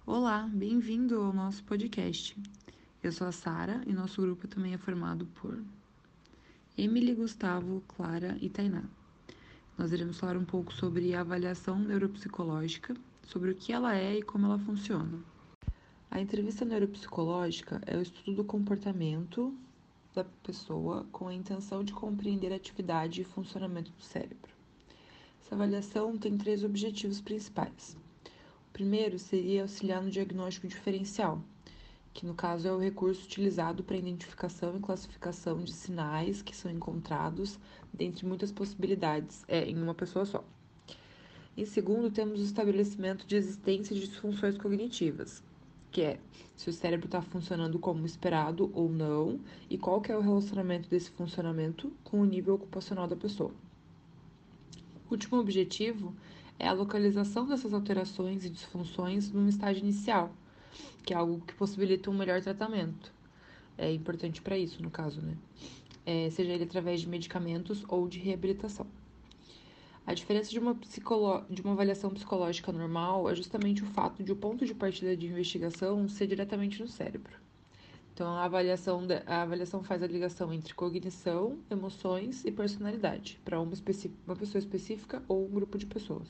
Olá, bem-vindo ao nosso podcast. Eu sou a Sara e nosso grupo também é formado por Emily, Gustavo, Clara e Tainá. Nós iremos falar um pouco sobre a avaliação neuropsicológica, sobre o que ela é e como ela funciona. A entrevista neuropsicológica é o estudo do comportamento da pessoa com a intenção de compreender a atividade e funcionamento do cérebro. Essa avaliação tem 3 objetivos principais. O primeiro seria auxiliar no diagnóstico diferencial, que no caso é o recurso utilizado para identificação e classificação de sinais que são encontrados dentre muitas possibilidades em uma pessoa só. Em segundo, temos o estabelecimento de existência de disfunções cognitivas, que é se o cérebro está funcionando como esperado ou não e qual que é o relacionamento desse funcionamento com o nível ocupacional da pessoa. O último objetivo é a localização dessas alterações e disfunções num estágio inicial, que é algo que possibilita um melhor tratamento. É importante para isso, no caso, né? Seja ele através de medicamentos ou de reabilitação. A diferença de uma avaliação psicológica normal é justamente o fato de o ponto de partida de investigação ser diretamente no cérebro. Então, a avaliação faz a ligação entre cognição, emoções e personalidade, para uma pessoa específica ou um grupo de pessoas.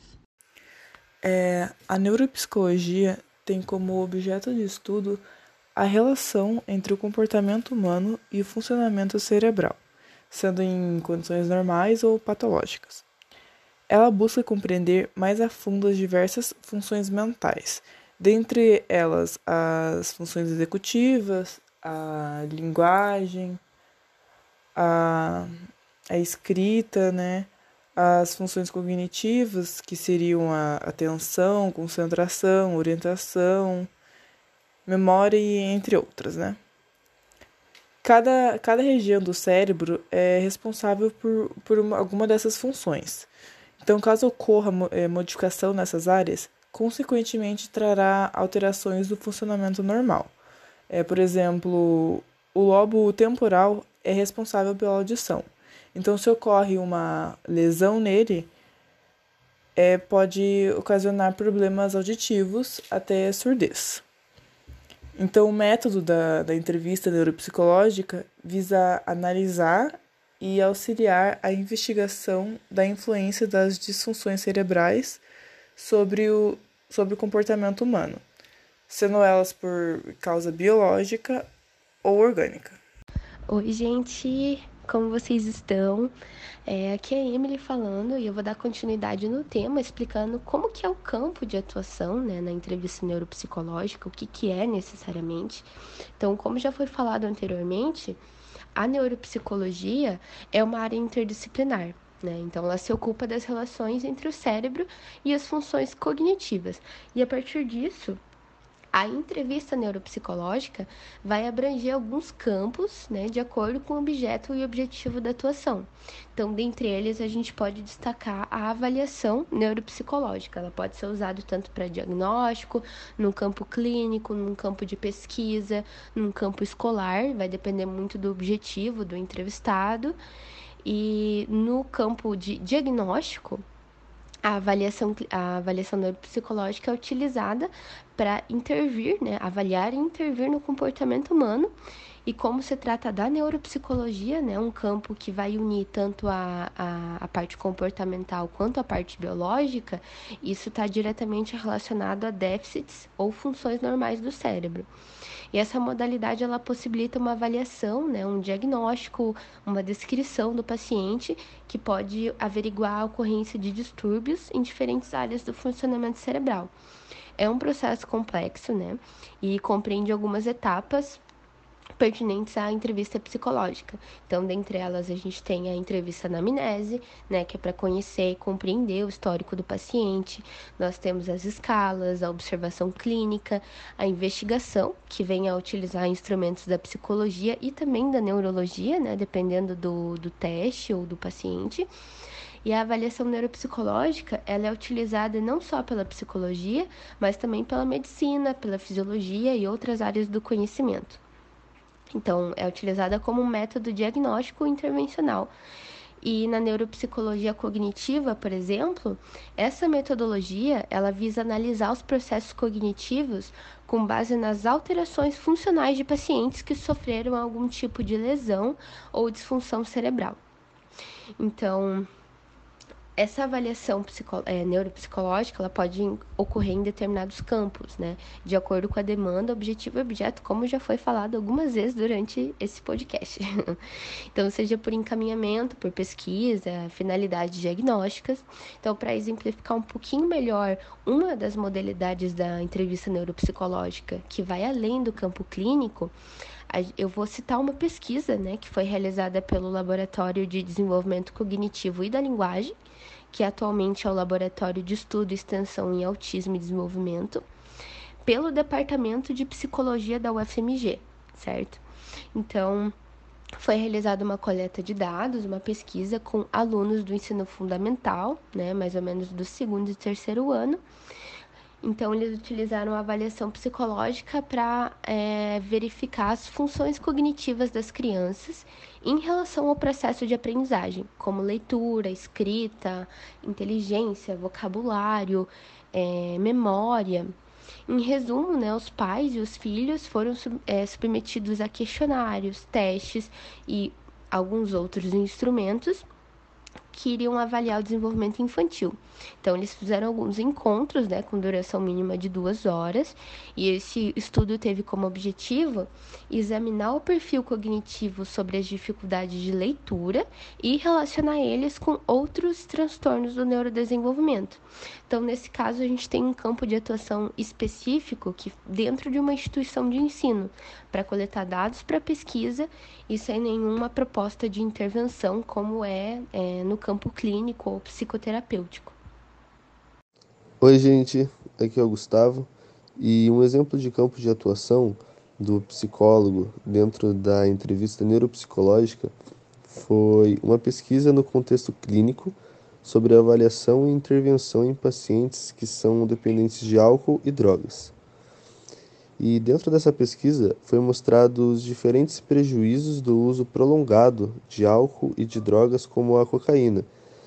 A neuropsicologia tem como objeto de estudo a relação entre o comportamento humano e o funcionamento cerebral, sendo em condições normais ou patológicas. Ela busca compreender mais a fundo as diversas funções mentais, dentre elas as funções executivas, a linguagem, a escrita, né? As funções cognitivas, que seriam a atenção, concentração, orientação, memória e entre outras, né? Cada região do cérebro é responsável por alguma dessas funções. Então, caso ocorra modificação nessas áreas, consequentemente trará alterações do funcionamento normal. Por exemplo, o lobo temporal é responsável pela audição. Então, se ocorre uma lesão nele, pode ocasionar problemas auditivos até surdez. Então, o método da entrevista neuropsicológica visa analisar e auxiliar a investigação da influência das disfunções cerebrais sobre o comportamento humano, sendo elas por causa biológica ou orgânica. Oi, gente, como vocês estão? Aqui é a Emily falando e eu vou dar continuidade no tema, explicando como que é o campo de atuação, né, na entrevista neuropsicológica, o que é necessariamente. Então, como já foi falado anteriormente, a neuropsicologia é uma área interdisciplinar. Então, ela se ocupa das relações entre o cérebro e as funções cognitivas. E a partir disso, a entrevista neuropsicológica vai abranger alguns campos, né, de acordo com o objeto e objetivo da atuação. Então, dentre eles, a gente pode destacar a avaliação neuropsicológica. Ela pode ser usada tanto para diagnóstico, no campo clínico, num campo de pesquisa, num campo escolar, vai depender muito do objetivo do entrevistado. E no campo de diagnóstico, a avaliação neuropsicológica é utilizada para intervir, né, avaliar e intervir no comportamento humano. E como se trata da neuropsicologia, né, um campo que vai unir tanto a parte comportamental quanto a parte biológica, isso está diretamente relacionado a déficits ou funções normais do cérebro. E essa modalidade ela possibilita uma avaliação, né, um diagnóstico, uma descrição do paciente que pode averiguar a ocorrência de distúrbios em diferentes áreas do funcionamento cerebral. É um processo complexo, né, e compreende algumas etapas pertinentes à entrevista psicológica. Então, dentre elas, a gente tem a entrevista na anamnese, né, que é para conhecer e compreender o histórico do paciente. Nós temos as escalas, a observação clínica, a investigação, que vem a utilizar instrumentos da psicologia e também da neurologia, né, dependendo do teste ou do paciente. E a avaliação neuropsicológica, ela é utilizada não só pela psicologia, mas também pela medicina, pela fisiologia e outras áreas do conhecimento. Então, é utilizada como um método diagnóstico intervencional. E na neuropsicologia cognitiva, por exemplo, essa metodologia ela visa analisar os processos cognitivos com base nas alterações funcionais de pacientes que sofreram algum tipo de lesão ou disfunção cerebral. Então, essa avaliação neuropsicológica ela pode ocorrer em determinados campos, né? De acordo com a demanda, objetivo e objeto, como já foi falado algumas vezes durante esse podcast. Então, seja por encaminhamento, por pesquisa, finalidades diagnósticas. Então, para exemplificar um pouquinho melhor uma das modalidades da entrevista neuropsicológica que vai além do campo clínico, eu vou citar uma pesquisa, né, que foi realizada pelo Laboratório de Desenvolvimento Cognitivo e da Linguagem, que atualmente é o Laboratório de Estudo e Extensão em Autismo e Desenvolvimento, pelo Departamento de Psicologia da UFMG, certo? Então, foi realizada uma coleta de dados, uma pesquisa com alunos do ensino fundamental, né, mais ou menos do 2º e 3º ano. Então, eles utilizaram a avaliação psicológica para verificar as funções cognitivas das crianças em relação ao processo de aprendizagem, como leitura, escrita, inteligência, vocabulário, memória. Em resumo, né, os pais e os filhos foram submetidos a questionários, testes e alguns outros instrumentos que iriam avaliar o desenvolvimento infantil. Então, eles fizeram alguns encontros, né, com duração mínima de 2 horas, e esse estudo teve como objetivo examinar o perfil cognitivo sobre as dificuldades de leitura e relacionar eles com outros transtornos do neurodesenvolvimento. Então, nesse caso, a gente tem um campo de atuação específico que dentro de uma instituição de ensino, para coletar dados para pesquisa e sem nenhuma proposta de intervenção, como no campo clínico ou psicoterapêutico. Oi, gente, aqui é o Gustavo, e um exemplo de campo de atuação do psicólogo dentro da entrevista neuropsicológica foi uma pesquisa no contexto clínico sobre avaliação e intervenção em pacientes que são dependentes de álcool e drogas. E dentro dessa pesquisa foi mostrado os diferentes prejuízos do uso prolongado de álcool e de drogas como a cocaína.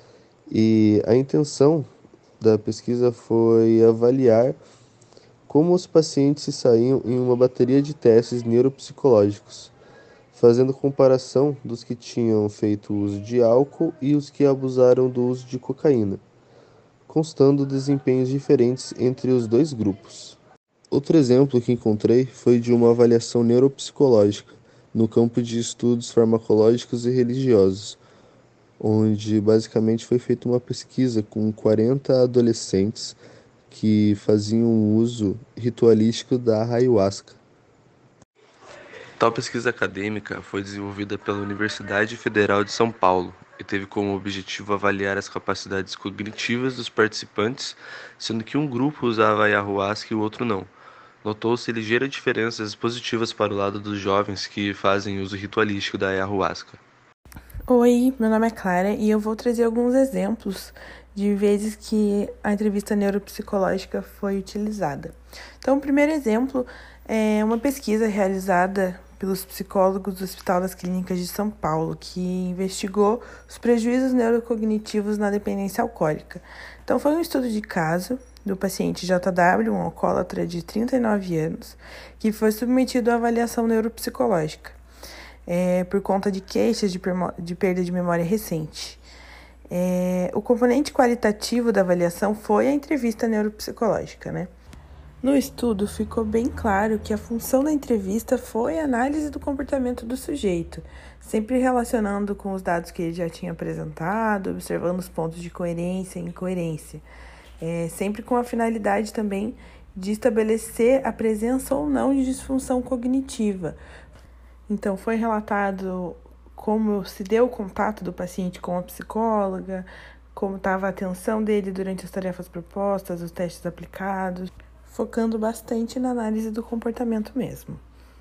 E a intenção da pesquisa foi avaliar como os pacientes se saíam em uma bateria de testes neuropsicológicos, fazendo comparação dos que tinham feito uso de álcool e os que abusaram do uso de cocaína, constando desempenhos diferentes entre os dois grupos. Outro exemplo que encontrei foi de uma avaliação neuropsicológica no campo de estudos farmacológicos e religiosos, onde basicamente foi feita uma pesquisa com 40 adolescentes que faziam uso ritualístico da ayahuasca. Tal pesquisa acadêmica foi desenvolvida pela Universidade Federal de São Paulo e teve como objetivo avaliar as capacidades cognitivas dos participantes, sendo que um grupo usava a ayahuasca e o outro não. Notou-se ligeiras diferenças positivas para o lado dos jovens que fazem uso ritualístico da ayahuasca. Oi, meu nome é Clara e eu vou trazer alguns exemplos de vezes que a entrevista neuropsicológica foi utilizada. Então, o primeiro exemplo é uma pesquisa realizada pelos psicólogos do Hospital das Clínicas de São Paulo, que investigou os prejuízos neurocognitivos na dependência alcoólica. Então, foi um estudo de caso do paciente JW, um alcoólatra de 39 anos, que foi submetido à avaliação neuropsicológica. Por conta de queixas de perda de memória recente. O componente qualitativo da avaliação foi a entrevista neuropsicológica, né? No estudo, ficou bem claro que a função da entrevista foi a análise do comportamento do sujeito, sempre relacionando com os dados que ele já tinha apresentado, observando os pontos de coerência e incoerência, sempre com a finalidade também de estabelecer a presença ou não de disfunção cognitiva. Então, foi relatado como se deu o contato do paciente com a psicóloga, como estava a atenção dele durante as tarefas propostas, os testes aplicados, focando bastante na análise do comportamento mesmo.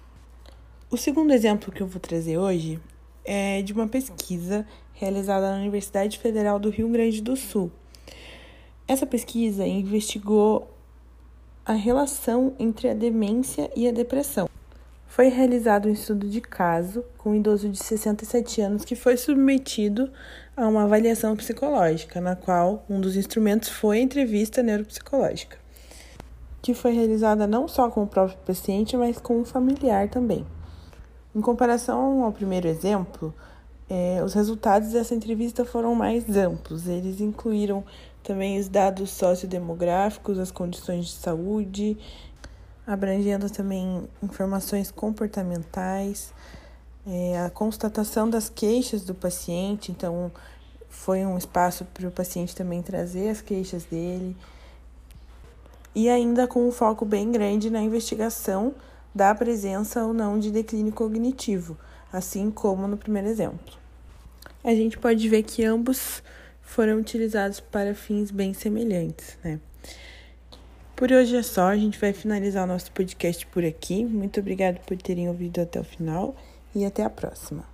O segundo exemplo que eu vou trazer hoje é de uma pesquisa realizada na Universidade Federal do Rio Grande do Sul. Essa pesquisa investigou a relação entre a demência e a depressão. foi realizado um estudo de caso com um idoso de 67 anos que foi submetido a uma avaliação psicológica, na qual um dos instrumentos foi a entrevista neuropsicológica, que foi realizada não só com o próprio paciente, mas com o familiar também. Em comparação ao primeiro exemplo, os resultados dessa entrevista foram mais amplos. Eles incluíram também os dados sociodemográficos, as condições de saúde, abrangendo também informações comportamentais, a constatação das queixas do paciente. Então, foi um espaço para o paciente também trazer as queixas dele, e ainda com um foco bem grande na investigação da presença ou não de declínio cognitivo, assim como no primeiro exemplo. A gente pode ver que ambos foram utilizados para fins bem semelhantes, né? Por hoje é só, a gente vai finalizar o nosso podcast por aqui. Muito obrigada por terem ouvido até o final e até a próxima.